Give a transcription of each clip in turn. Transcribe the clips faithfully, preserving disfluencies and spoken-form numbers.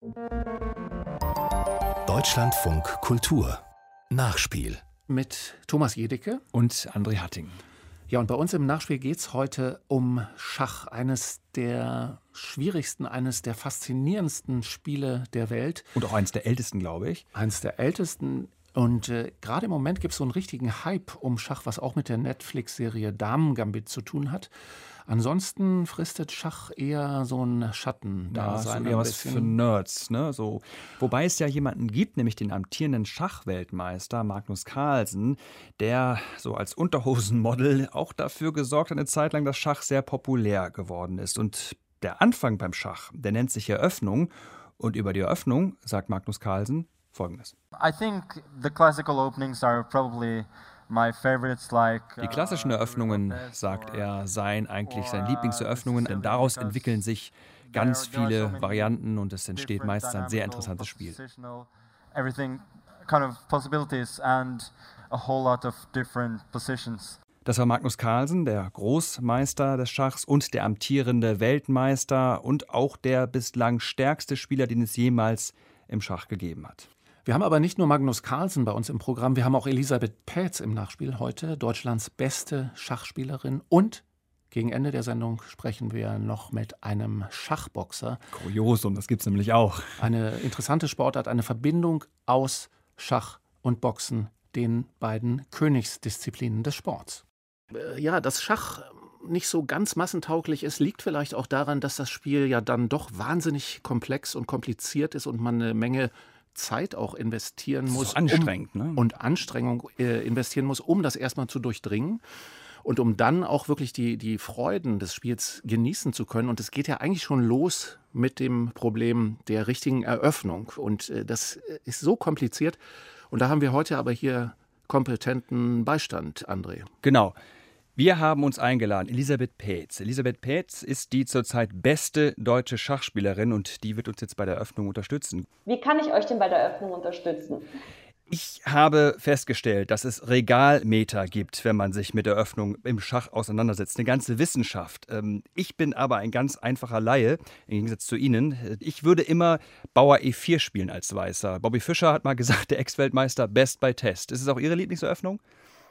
Deutschlandfunk Kultur Nachspiel mit Thomas Jedicke und André Hatting. Ja, und bei uns im Nachspiel geht es heute um Schach, eines der schwierigsten, eines der faszinierendsten Spiele der Welt. Und auch eines der ältesten, glaube ich. Eines der ältesten. Und äh, gerade im Moment gibt es so einen richtigen Hype um Schach, was auch mit der Netflix-Serie Damen-Gambit zu tun hat. Ansonsten fristet Schach eher so einen Schatten. Da da ist eher was für Nerds, ne? So, wobei es ja jemanden gibt, nämlich den amtierenden Schachweltmeister Magnus Carlsen, der so als Unterhosenmodel auch dafür gesorgt hat, eine Zeit lang, dass Schach sehr populär geworden ist. Und der Anfang beim Schach, der nennt sich Eröffnung. Und über die Eröffnung sagt Magnus Carlsen Folgendes. I think the classical openings are probably my favorites, like Die klassischen Eröffnungen, sagt er, seien eigentlich seine Lieblingseröffnungen, denn daraus entwickeln sich ganz viele Varianten und es entsteht meistens ein sehr interessantes Spiel. Everything kind of possibilities and a whole lot of different positions. Das war Magnus Carlsen, der Großmeister des Schachs und der amtierende Weltmeister und auch der bislang stärkste Spieler, den es jemals im Schach gegeben hat. Wir haben aber nicht nur Magnus Carlsen bei uns im Programm, wir haben auch Elisabeth Pähtz im Nachspiel heute, Deutschlands beste Schachspielerin. Und gegen Ende der Sendung sprechen wir noch mit einem Schachboxer. Kuriosum, das gibt es nämlich auch. Eine interessante Sportart, eine Verbindung aus Schach und Boxen, den beiden Königsdisziplinen des Sports. Ja, dass Schach nicht so ganz massentauglich ist, liegt vielleicht auch daran, dass das Spiel ja dann doch wahnsinnig komplex und kompliziert ist und man eine Menge Zeit auch investieren muss. Das ist anstrengend, um, ne? Und Anstrengung äh, investieren muss, um das erstmal zu durchdringen und um dann auch wirklich die, die Freuden des Spiels genießen zu können. Und es geht ja eigentlich schon los mit dem Problem der richtigen Eröffnung. Und äh, das ist so kompliziert. Und da haben wir heute aber hier kompetenten Beistand, André. Genau. Wir haben uns eingeladen, Elisabeth Pähtz. Elisabeth Pähtz ist die zurzeit beste deutsche Schachspielerin und die wird uns jetzt bei der Eröffnung unterstützen. Wie kann ich euch denn bei der Eröffnung unterstützen? Ich habe festgestellt, dass es Regalmeter gibt, wenn man sich mit der Eröffnung im Schach auseinandersetzt. Eine ganze Wissenschaft. Ich bin aber ein ganz einfacher Laie, im Gegensatz zu Ihnen. Ich würde immer Bauer E vier spielen als Weißer. Bobby Fischer hat mal gesagt, der Ex-Weltmeister, best by test. Ist es auch Ihre Lieblingseröffnung?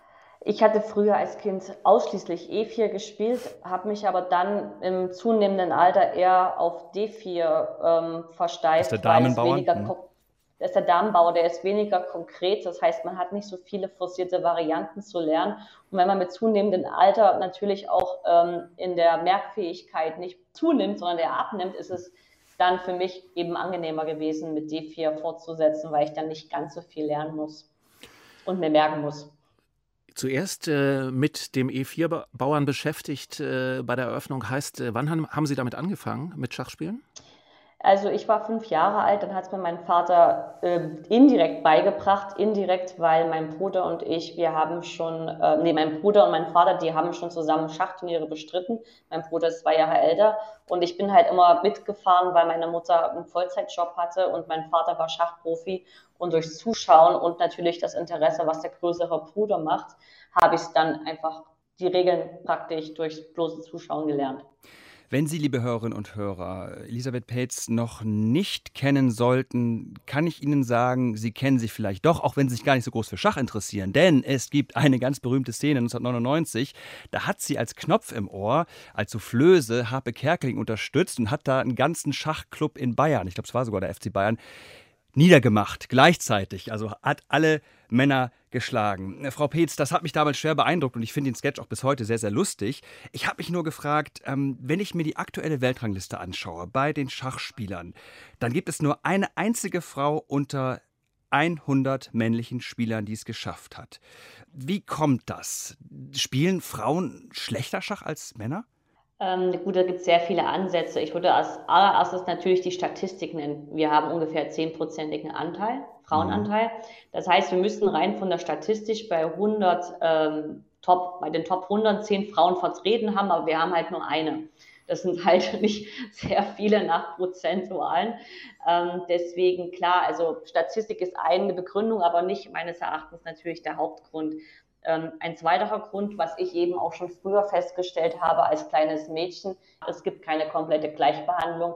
Ich hatte früher als Kind ausschließlich E vier gespielt, habe mich aber dann im zunehmenden Alter eher auf D vier ähm, versteift. Das ist der Damenbauer? Weniger, mhm. Das ist der Damenbauer, der ist weniger konkret. Das heißt, man hat nicht so viele forcierte Varianten zu lernen. Und wenn man mit zunehmendem Alter natürlich auch ähm, in der Merkfähigkeit nicht zunimmt, sondern der abnimmt, ist es dann für mich eben angenehmer gewesen, mit D vier fortzusetzen, weil ich dann nicht ganz so viel lernen muss und mir merken muss. Zuerst äh, mit dem E vier Bauern beschäftigt äh, bei der Eröffnung heißt, äh, wann haben, haben Sie damit angefangen mit Schachspielen? Also ich war fünf Jahre alt, dann hat es mir mein Vater äh, indirekt beigebracht, indirekt, weil mein Bruder und ich, wir haben schon, äh, nee, mein Bruder und mein Vater, die haben schon zusammen Schachturniere bestritten. Mein Bruder ist zwei Jahre älter und ich bin halt immer mitgefahren, weil meine Mutter einen Vollzeitjob hatte und mein Vater war Schachprofi. Und durchs Zuschauen und natürlich das Interesse, was der größere Bruder macht, habe ich dann einfach die Regeln praktisch durchs bloße Zuschauen gelernt. Wenn Sie, liebe Hörerinnen und Hörer, Elisabeth Pähtz noch nicht kennen sollten, kann ich Ihnen sagen, Sie kennen sie vielleicht doch, auch wenn Sie sich gar nicht so groß für Schach interessieren. Denn es gibt eine ganz berühmte Szene neunzehnhundertneunundneunzig, da hat sie als Knopf im Ohr, als Soufflöse, Harpe Kerkeling unterstützt und hat da einen ganzen Schachclub in Bayern, ich glaube, es war sogar der F C Bayern, niedergemacht, gleichzeitig, also hat alle Männer geschlagen. Frau Pähtz, das hat mich damals schwer beeindruckt und ich finde den Sketch auch bis heute sehr, sehr lustig. Ich habe mich nur gefragt, ähm, wenn ich mir die aktuelle Weltrangliste anschaue bei den Schachspielern, dann gibt es nur eine einzige Frau unter hundert männlichen Spielern, die es geschafft hat. Wie kommt das? Spielen Frauen schlechter Schach als Männer? Ähm, gut, da gibt es sehr viele Ansätze. Ich würde als allererstes natürlich die Statistik nennen. Wir haben ungefähr zehnprozentigen Anteil, Frauenanteil. Das heißt, wir müssten rein von der Statistik bei hundert ähm, Top, bei den Top hundert zehn Frauen vertreten haben, aber wir haben halt nur eine. Das sind halt nicht sehr viele nach Prozentualen. Ähm, deswegen, klar, also Statistik ist eine Begründung, aber nicht meines Erachtens natürlich der Hauptgrund. Ähm, ein zweiterer Grund, was ich eben auch schon früher festgestellt habe als kleines Mädchen, es gibt keine komplette Gleichbehandlung.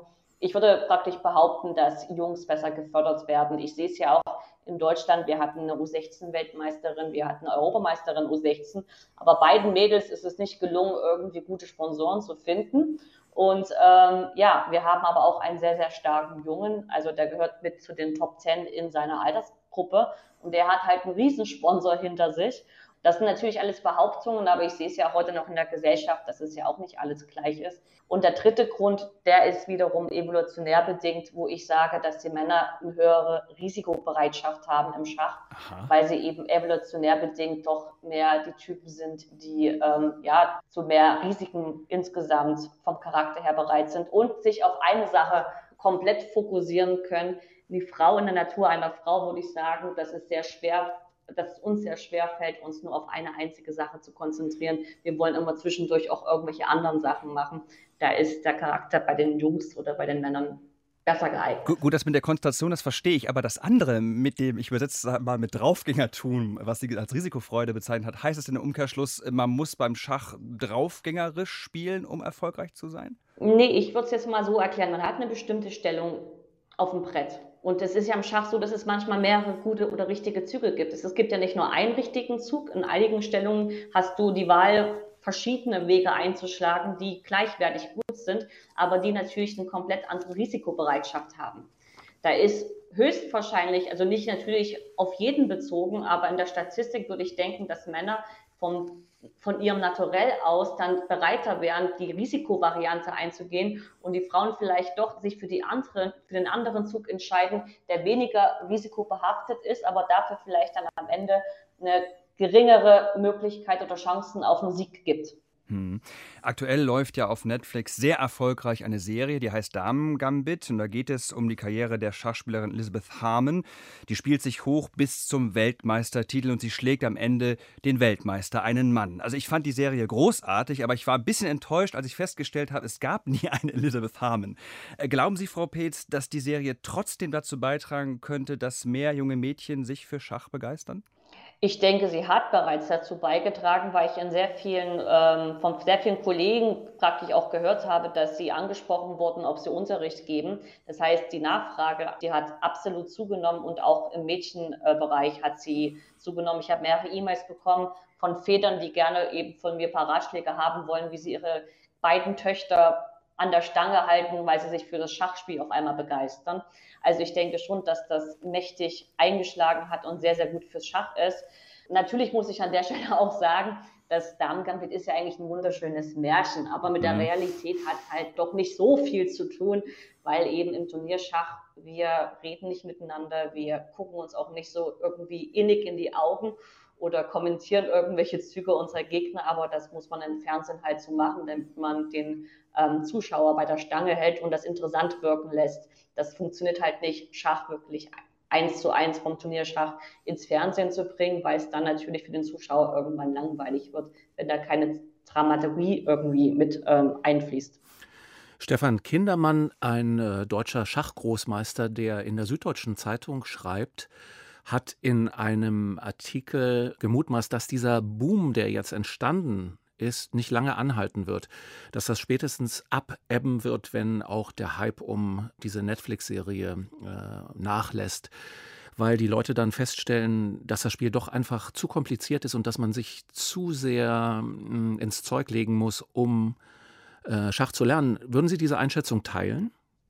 Ich würde praktisch behaupten, dass Jungs besser gefördert werden. Ich sehe es ja auch in Deutschland, wir hatten eine U sechzehn Weltmeisterin, wir hatten eine Europameisterin U sechzehn, aber beiden Mädels ist es nicht gelungen, irgendwie gute Sponsoren zu finden. Und ähm, ja, wir haben aber auch einen sehr, sehr starken Jungen, also der gehört mit zu den Top Ten in seiner Altersgruppe und der hat halt einen Riesensponsor hinter sich. Das sind natürlich alles Behauptungen, aber ich sehe es ja heute noch in der Gesellschaft, dass es ja auch nicht alles gleich ist. Und der dritte Grund, der ist wiederum evolutionär bedingt, wo ich sage, dass die Männer eine höhere Risikobereitschaft haben im Schach, Aha. weil sie eben evolutionär bedingt doch mehr die Typen sind, die ähm, ja zu mehr Risiken insgesamt vom Charakter her bereit sind und sich auf eine Sache komplett fokussieren können. Die Frau in der Natur einer Frau, würde ich sagen, das ist sehr schwer, dass es uns sehr schwer fällt, uns nur auf eine einzige Sache zu konzentrieren. Wir wollen immer zwischendurch auch irgendwelche anderen Sachen machen. Da ist der Charakter bei den Jungs oder bei den Männern besser geeignet. Gut, gut, das mit der Konzentration, das verstehe ich, aber das andere mit dem, ich übersetze es mal mit Draufgängertum, was sie als Risikofreude bezeichnet hat, heißt es in dem Umkehrschluss, man muss beim Schach draufgängerisch spielen, um erfolgreich zu sein? Nee, ich würde es jetzt mal so erklären. Man hat eine bestimmte Stellung auf dem Brett. Und es ist ja im Schach so, dass es manchmal mehrere gute oder richtige Züge gibt. Es gibt ja nicht nur einen richtigen Zug. In einigen Stellungen hast du die Wahl, verschiedene Wege einzuschlagen, die gleichwertig gut sind, aber die natürlich eine komplett andere Risikobereitschaft haben. Da ist höchstwahrscheinlich, also nicht natürlich auf jeden bezogen, aber in der Statistik würde ich denken, dass Männer vom, von ihrem Naturell aus dann bereiter wären, die Risikovariante einzugehen und die Frauen vielleicht doch sich für, die andere, für den anderen Zug entscheiden, der weniger risikobehaftet ist, aber dafür vielleicht dann am Ende eine geringere Möglichkeit oder Chancen auf einen Sieg gibt. Hm. Aktuell läuft ja auf Netflix sehr erfolgreich eine Serie, die heißt Damen Gambit. Und da geht es um die Karriere der Schachspielerin Elizabeth Harmon. Die spielt sich hoch bis zum Weltmeistertitel und sie schlägt am Ende den Weltmeister, einen Mann. Also ich fand die Serie großartig, aber ich war ein bisschen enttäuscht, als ich festgestellt habe, es gab nie eine Elizabeth Harmon. Äh, glauben Sie, Frau Peetz, dass die Serie trotzdem dazu beitragen könnte, dass mehr junge Mädchen sich für Schach begeistern? Ich denke, sie hat bereits dazu beigetragen, weil ich in sehr vielen, ähm, von sehr vielen Kollegen praktisch auch gehört habe, dass sie angesprochen wurden, ob sie Unterricht geben. Das heißt, die Nachfrage, die hat absolut zugenommen und auch im Mädchenbereich hat sie zugenommen. Ich habe mehrere E-Mails bekommen von Vätern, die gerne eben von mir ein paar Ratschläge haben wollen, wie sie ihre beiden Töchter an der Stange halten, weil sie sich für das Schachspiel auf einmal begeistern. Also ich denke schon, dass das mächtig eingeschlagen hat und sehr, sehr gut fürs Schach ist. Natürlich muss ich an der Stelle auch sagen, das Damen-Gambit ist ja eigentlich ein wunderschönes Märchen, aber mit der Realität hat halt doch nicht so viel zu tun, weil eben im Turnierschach, wir reden nicht miteinander, wir gucken uns auch nicht so irgendwie innig in die Augen oder kommentieren irgendwelche Züge unserer Gegner, aber das muss man im Fernsehen halt so machen, damit man den ähm, Zuschauer bei der Stange hält und das interessant wirken lässt. Das funktioniert halt nicht, Schach wirklich eins zu eins vom Turnierschach ins Fernsehen zu bringen, weil es dann natürlich für den Zuschauer irgendwann langweilig wird, wenn da keine Dramaturgie irgendwie mit ähm, einfließt. Stefan Kindermann, ein äh, deutscher Schachgroßmeister, der in der Süddeutschen Zeitung schreibt, hat in einem Artikel gemutmaßt, dass dieser Boom, der jetzt entstanden ist, nicht lange anhalten wird, dass das spätestens abebben wird, wenn auch der Hype um diese Netflix-Serie äh, nachlässt, weil die Leute dann feststellen, dass das Spiel doch einfach zu kompliziert ist und dass man sich zu sehr mh, ins Zeug legen muss, um äh, Schach zu lernen. Würden Sie diese Einschätzung teilen?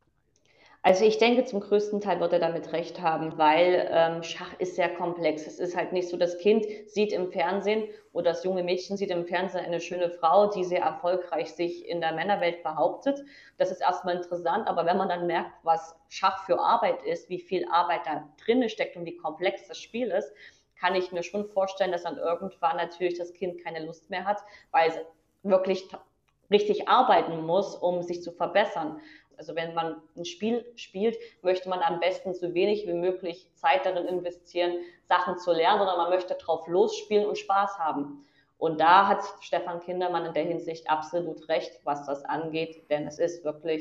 Also ich denke, zum größten Teil wird er damit recht haben, weil ähm, Schach ist sehr komplex. Es ist halt nicht so, das Kind sieht im Fernsehen oder das junge Mädchen sieht im Fernsehen eine schöne Frau, die sehr erfolgreich sich in der Männerwelt behauptet. Das ist erstmal interessant, aber wenn man dann merkt, was Schach für Arbeit ist, wie viel Arbeit da drin steckt und wie komplex das Spiel ist, kann ich mir schon vorstellen, dass dann irgendwann natürlich das Kind keine Lust mehr hat, weil es wirklich richtig arbeiten muss, um sich zu verbessern. Also wenn man ein Spiel spielt, möchte man am besten so wenig wie möglich Zeit darin investieren, Sachen zu lernen, sondern man möchte drauf losspielen und Spaß haben. Und da hat Stefan Kindermann in der Hinsicht absolut recht, was das angeht, denn es ist wirklich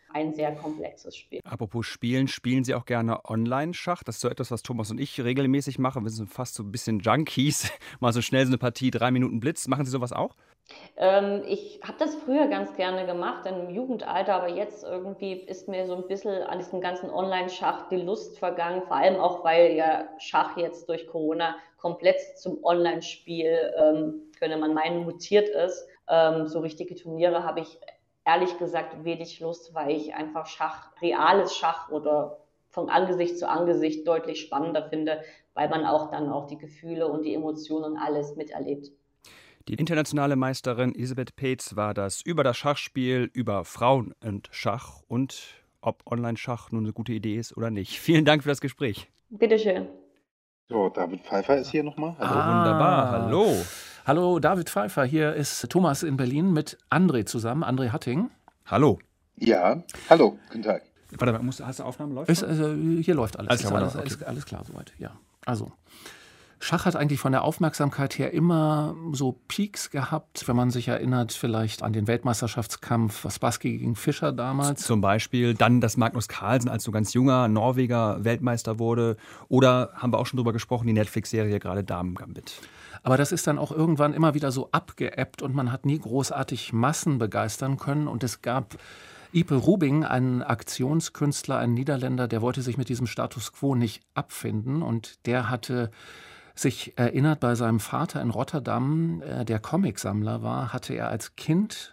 ein sehr komplexes Spiel. Apropos Spielen, spielen Sie auch gerne Online-Schach? Das ist so etwas, was Thomas und ich regelmäßig machen. Wir sind fast so ein bisschen Junkies. Mal so schnell so eine Partie, drei Minuten Blitz. Machen Sie sowas auch? Ähm, ich habe das früher ganz gerne gemacht, im Jugendalter, aber jetzt irgendwie ist mir so ein bisschen an diesem ganzen Online-Schach die Lust vergangen, vor allem auch, weil ja Schach jetzt durch Corona komplett zum Online-Spiel, ähm, könnte man meinen, mutiert ist. Ähm, so richtige Turniere habe ich ehrlich gesagt wenig Lust, weil ich einfach Schach, reales Schach oder von Angesicht zu Angesicht deutlich spannender finde, weil man auch dann auch die Gefühle und die Emotionen und alles miterlebt. Die internationale Meisterin Elisabeth Peetz war das über das Schachspiel, über Frauen und Schach und ob Online-Schach nun eine gute Idee ist oder nicht. Vielen Dank für das Gespräch. Bitteschön. So, David Pfeiffer ist hier nochmal. Hallo. Ah, Wunderbar, hallo. Hallo, David Pfeiffer. Hier ist Thomas in Berlin mit André zusammen, André Hatting. Hallo. Ja, hallo, guten Tag. Warte mal, musst, hast du Aufnahme? Läuft Ist, noch? also, hier läuft alles. Alles Ist klar, alles, okay. alles, alles klar soweit, ja. Also, Schach hat eigentlich von der Aufmerksamkeit her immer so Peaks gehabt, wenn man sich erinnert vielleicht an den Weltmeisterschaftskampf Spassky gegen Fischer damals. Zum Beispiel dann, dass Magnus Carlsen als so ganz junger Norweger Weltmeister wurde. Oder, haben wir auch schon drüber gesprochen, die Netflix-Serie gerade Damen Gambit. Aber das ist dann auch irgendwann immer wieder so abgeebbt und man hat nie großartig Massen begeistern können. Und es gab Ipe Rubing, einen Aktionskünstler, ein Niederländer, der wollte sich mit diesem Status quo nicht abfinden. Und der hatte sich erinnert, bei seinem Vater in Rotterdam, äh, der Comicsammler war, hatte er als Kind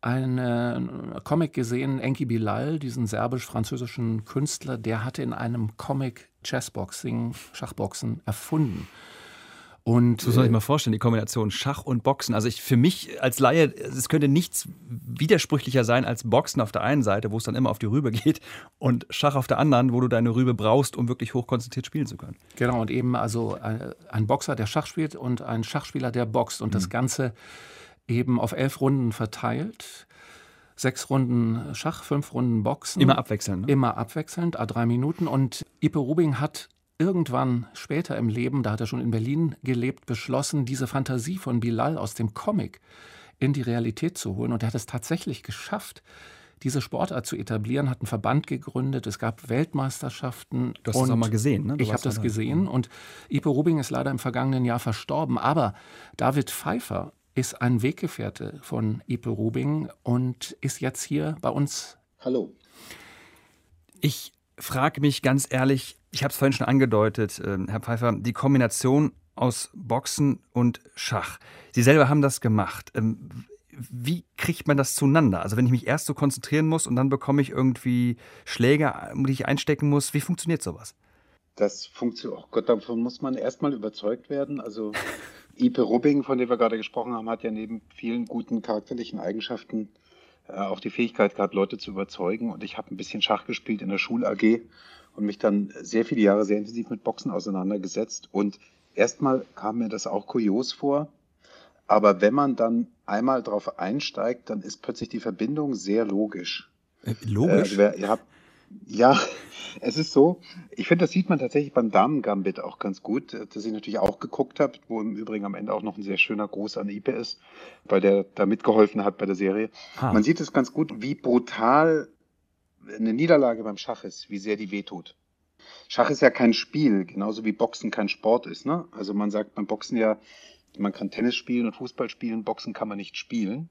einen Comic gesehen, Enki Bilal, diesen serbisch-französischen Künstler, der hatte in einem Comic Chessboxing, Schachboxen erfunden. Und Das muss man sich mal vorstellen, die Kombination Schach und Boxen. Also ich, für mich als Laie, es könnte nichts widersprüchlicher sein als Boxen auf der einen Seite, wo es dann immer auf die Rübe geht, und Schach auf der anderen, wo du deine Rübe brauchst, um wirklich hochkonzentriert spielen zu können. Genau, und eben also ein, ein Boxer, der Schach spielt und ein Schachspieler, der boxt. Und mhm. das Ganze eben auf elf Runden verteilt. Sechs Runden Schach, fünf Runden Boxen. Immer abwechselnd. Ne? Immer abwechselnd, à drei Minuten. Und Ipe Rubing hat irgendwann später im Leben, da hat er schon in Berlin gelebt, beschlossen, diese Fantasie von Bilal aus dem Comic in die Realität zu holen. Und er hat es tatsächlich geschafft, diese Sportart zu etablieren, hat einen Verband gegründet, es gab Weltmeisterschaften. Du hast das auch mal gesehen, ne? Du Ich habe das da. gesehen und Ipe Rubing ist leider im vergangenen Jahr verstorben. Aber David Pfeiffer ist ein Weggefährte von Ipe Rubing und ist jetzt hier bei uns. Hallo. Ich frage mich ganz ehrlich, ich habe es vorhin schon angedeutet, äh, Herr Pfeiffer, die Kombination aus Boxen und Schach. Sie selber haben das gemacht. Ähm, wie kriegt man das zueinander? Also wenn ich mich erst so konzentrieren muss und dann bekomme ich irgendwie Schläge, die ich einstecken muss, wie funktioniert sowas? Das funktioniert, oh Gott, davon muss man erstmal überzeugt werden. Also Ipe Rubing, von der wir gerade gesprochen haben, hat ja neben vielen guten charakterlichen Eigenschaften äh, auch die Fähigkeit gehabt, Leute zu überzeugen. Und ich habe ein bisschen Schach gespielt in der Schul-A G und mich dann sehr viele Jahre sehr intensiv mit Boxen auseinandergesetzt. Und erstmal kam mir das auch kurios vor. Aber wenn man dann einmal drauf einsteigt, dann ist plötzlich die Verbindung sehr logisch. Äh, logisch? Äh, also wer, ihr habt, ja, es ist so, ich finde, das sieht man tatsächlich beim Damen-Gambit auch ganz gut, dass ich natürlich auch geguckt habe, wo im Übrigen am Ende auch noch ein sehr schöner Gruß an Ipe ist, weil der da mitgeholfen hat bei der Serie. Ah. Man sieht es ganz gut, wie brutal eine Niederlage beim Schach ist, wie sehr die wehtut. Schach ist ja kein Spiel, genauso wie Boxen kein Sport ist, ne? Also man sagt beim Boxen ja, man kann Tennis spielen und Fußball spielen, Boxen kann man nicht spielen.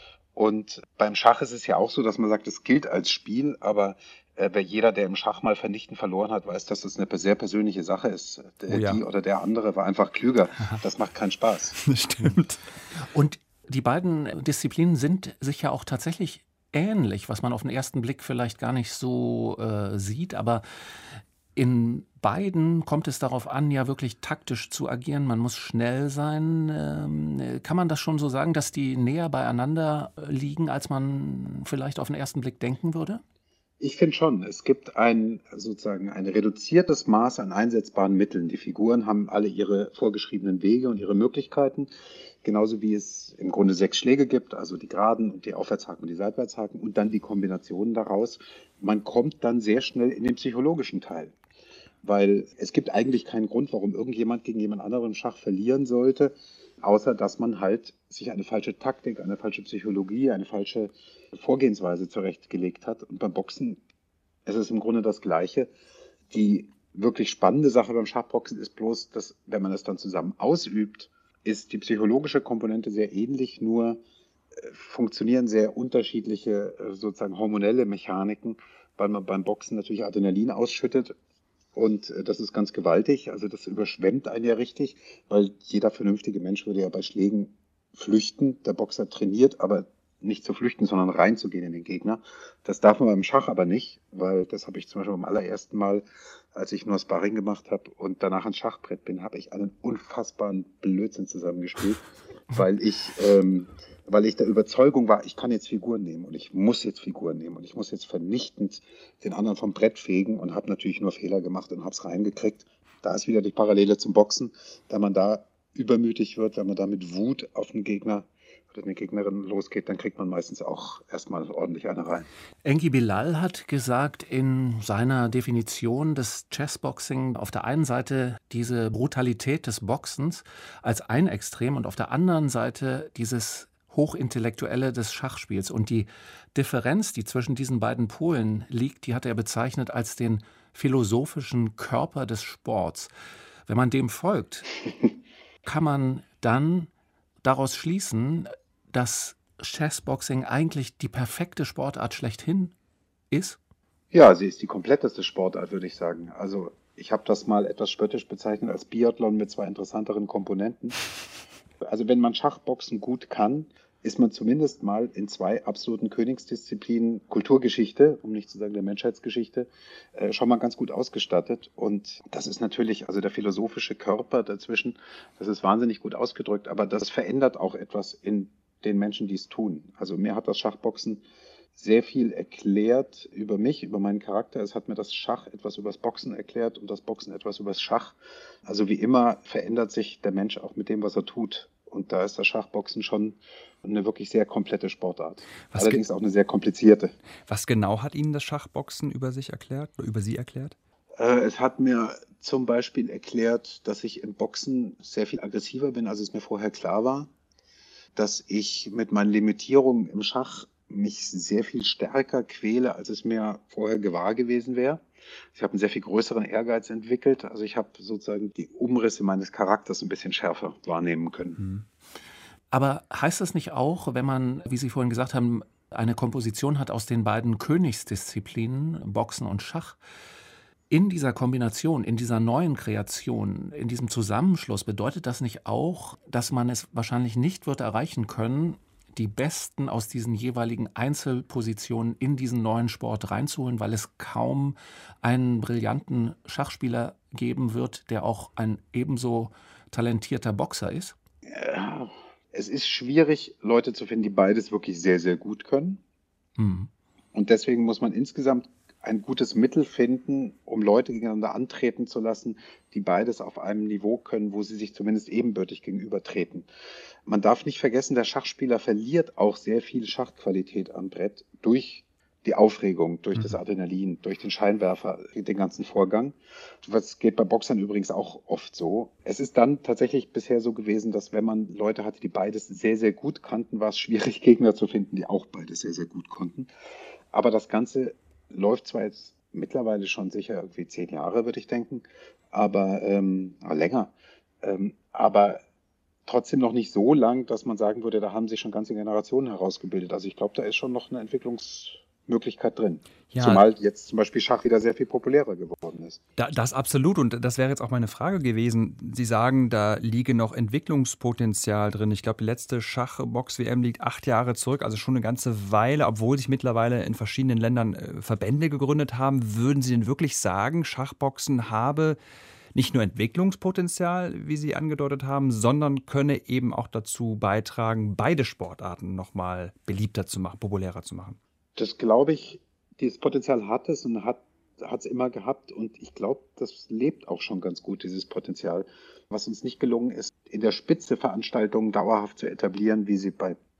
Und beim Schach ist es ja auch so, dass man sagt, es gilt als Spiel, aber äh, jeder, der im Schach mal vernichtend verloren hat, weiß, dass das eine sehr persönliche Sache ist. Oh ja. Die oder der andere war einfach klüger. Das macht keinen Spaß. Stimmt. Und die beiden Disziplinen sind sich ja auch tatsächlich ähnlich, was man auf den ersten Blick vielleicht gar nicht so äh, sieht, aber in beiden kommt es darauf an, ja wirklich taktisch zu agieren. Man muss schnell sein. Ähm, kann man das schon so sagen, dass die näher beieinander liegen, als man vielleicht auf den ersten Blick denken würde? Ich finde schon, es gibt ein sozusagen ein reduziertes Maß an einsetzbaren Mitteln. Die Figuren haben alle ihre vorgeschriebenen Wege und ihre Möglichkeiten, genauso wie es im Grunde sechs Schläge gibt, also die Geraden und die Aufwärtshaken und die Seitwärtshaken und dann die Kombinationen daraus. Man kommt dann sehr schnell in den psychologischen Teil, weil es gibt eigentlich keinen Grund, warum irgendjemand gegen jemand anderen im Schach verlieren sollte, außer dass man halt sich eine falsche Taktik, eine falsche Psychologie, eine falsche Vorgehensweise zurechtgelegt hat. Und beim Boxen ist es im Grunde das Gleiche. Die wirklich spannende Sache beim Schachboxen ist bloß, dass, wenn man das dann zusammen ausübt, ist die psychologische Komponente sehr ähnlich, nur äh, funktionieren sehr unterschiedliche äh, sozusagen hormonelle Mechaniken, weil man beim Boxen natürlich Adrenalin ausschüttet. Und äh, das ist ganz gewaltig, also das überschwemmt einen ja richtig, weil jeder vernünftige Mensch würde ja bei Schlägen flüchten. Der Boxer trainiert, aber nicht zu flüchten, sondern reinzugehen in den Gegner. Das darf man beim Schach aber nicht, weil das habe ich zum Beispiel beim allerersten Mal, als ich nur Sparring gemacht habe und danach ans Schachbrett bin, habe ich einen unfassbaren Blödsinn zusammengespielt, weil ich, ähm, weil ich der Überzeugung war, ich kann jetzt Figuren nehmen und ich muss jetzt Figuren nehmen und ich muss jetzt vernichtend den anderen vom Brett fegen und habe natürlich nur Fehler gemacht und habe es reingekriegt. Da ist wieder die Parallele zum Boxen, da man da übermütig wird, wenn man da mit Wut auf den Gegner oder eine Gegnerin losgeht, dann kriegt man meistens auch erstmal ordentlich eine rein. Enki Bilal hat gesagt in seiner Definition des Chessboxing auf der einen Seite diese Brutalität des Boxens als ein Extrem und auf der anderen Seite dieses Hochintellektuelle des Schachspiels. Und die Differenz, die zwischen diesen beiden Polen liegt, die hat er bezeichnet als den philosophischen Körper des Sports. Wenn man dem folgt, kann man dann daraus schließen, dass Chessboxing eigentlich die perfekte Sportart schlechthin ist? Ja, sie ist die kompletteste Sportart, würde ich sagen. Also ich habe das mal etwas spöttisch bezeichnet als Biathlon mit zwei interessanteren Komponenten. Also wenn man Schachboxen gut kann, ist man zumindest mal in zwei absoluten Königsdisziplinen, Kulturgeschichte, um nicht zu sagen der Menschheitsgeschichte, äh, schon mal ganz gut ausgestattet. Und das ist natürlich, also der philosophische Körper dazwischen, das ist wahnsinnig gut ausgedrückt, aber das verändert auch etwas in den Menschen, die es tun. Also mir hat das Schachboxen sehr viel erklärt über mich, über meinen Charakter. Es hat mir das Schach etwas über das Boxen erklärt und das Boxen etwas über das Schach. Also wie immer verändert sich der Mensch auch mit dem, was er tut. Und da ist das Schachboxen schon eine wirklich sehr komplette Sportart. Was Allerdings auch eine sehr komplizierte. Was genau hat Ihnen das Schachboxen über sich erklärt oder über Sie erklärt? Äh, es hat mir zum Beispiel erklärt, dass ich im Boxen sehr viel aggressiver bin, als es mir vorher klar war. Dass ich mit meinen Limitierungen im Schach mich sehr viel stärker quäle, als es mir vorher gewahr gewesen wäre. Ich habe einen sehr viel größeren Ehrgeiz entwickelt. Also ich habe sozusagen die Umrisse meines Charakters ein bisschen schärfer wahrnehmen können. Aber heißt das nicht auch, wenn man, wie Sie vorhin gesagt haben, eine Komposition hat aus den beiden Königsdisziplinen, Boxen und Schach, in dieser Kombination, in dieser neuen Kreation, in diesem Zusammenschluss, bedeutet das nicht auch, dass man es wahrscheinlich nicht wird erreichen können, die Besten aus diesen jeweiligen Einzelpositionen in diesen neuen Sport reinzuholen, weil es kaum einen brillanten Schachspieler geben wird, der auch ein ebenso talentierter Boxer ist? Ja, es ist schwierig, Leute zu finden, die beides wirklich sehr, sehr gut können. Hm. Und deswegen muss man insgesamt ein gutes Mittel finden, um Leute gegeneinander antreten zu lassen, die beides auf einem Niveau können, wo sie sich zumindest ebenbürtig gegenübertreten. Man darf nicht vergessen, der Schachspieler verliert auch sehr viel Schachqualität am Brett durch die Aufregung, durch das Adrenalin, durch den Scheinwerfer, den ganzen Vorgang. Das geht bei Boxern übrigens auch oft so. Es ist dann tatsächlich bisher so gewesen, dass wenn man Leute hatte, die beides sehr, sehr gut kannten, war es schwierig, Gegner zu finden, die auch beides sehr, sehr gut konnten. Aber das Ganze läuft zwar jetzt mittlerweile schon sicher irgendwie zehn Jahre, würde ich denken, aber ähm, länger. Ähm, aber trotzdem noch nicht so lang, dass man sagen würde, da haben sich schon ganze Generationen herausgebildet. Also ich glaube, da ist schon noch eine Entwicklungsmöglichkeit drin. Ja. Zumal jetzt zum Beispiel Schach wieder sehr viel populärer geworden ist. Da, das absolut. Und das wäre jetzt auch meine Frage gewesen. Sie sagen, da liege noch Entwicklungspotenzial drin. Ich glaube, die letzte Schachbox-W M liegt acht Jahre zurück, also schon eine ganze Weile, obwohl sich mittlerweile in verschiedenen Ländern äh, Verbände gegründet haben. Würden Sie denn wirklich sagen, Schachboxen habe nicht nur Entwicklungspotenzial, wie Sie angedeutet haben, sondern könne eben auch dazu beitragen, beide Sportarten nochmal beliebter zu machen, populärer zu machen? Das glaube ich, dieses Potenzial hat es und hat es immer gehabt und ich glaube, das lebt auch schon ganz gut, dieses Potenzial. Was uns nicht gelungen ist, in der Spitze Veranstaltungen dauerhaft zu etablieren, wie sie bei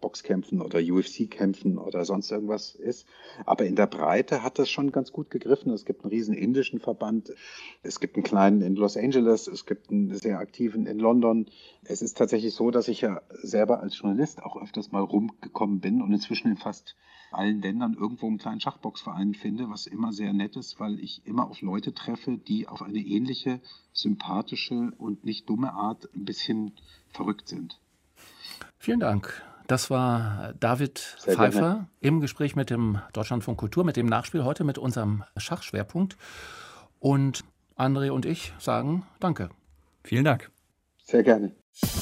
Boxkämpfen oder U F C-Kämpfen oder sonst irgendwas ist. Aber in der Breite hat das schon ganz gut gegriffen. Es gibt einen riesen indischen Verband, es gibt einen kleinen in Los Angeles, es gibt einen sehr aktiven in London. Es ist tatsächlich so, dass ich ja selber als Journalist auch öfters mal rumgekommen bin und inzwischen in fast allen Ländern irgendwo einen kleinen Schachboxverein finde, was immer sehr nett ist, weil ich immer auf Leute treffe, die auf eine ähnliche, sympathische und nicht dumme Art ein bisschen verrückt sind. Vielen Dank. Das war David Sehr Pfeiffer gerne. im Gespräch mit dem Deutschlandfunk Kultur, mit dem Nachspiel heute mit unserem Schachschwerpunkt. Und André und ich sagen Danke. Vielen Dank. Sehr gerne.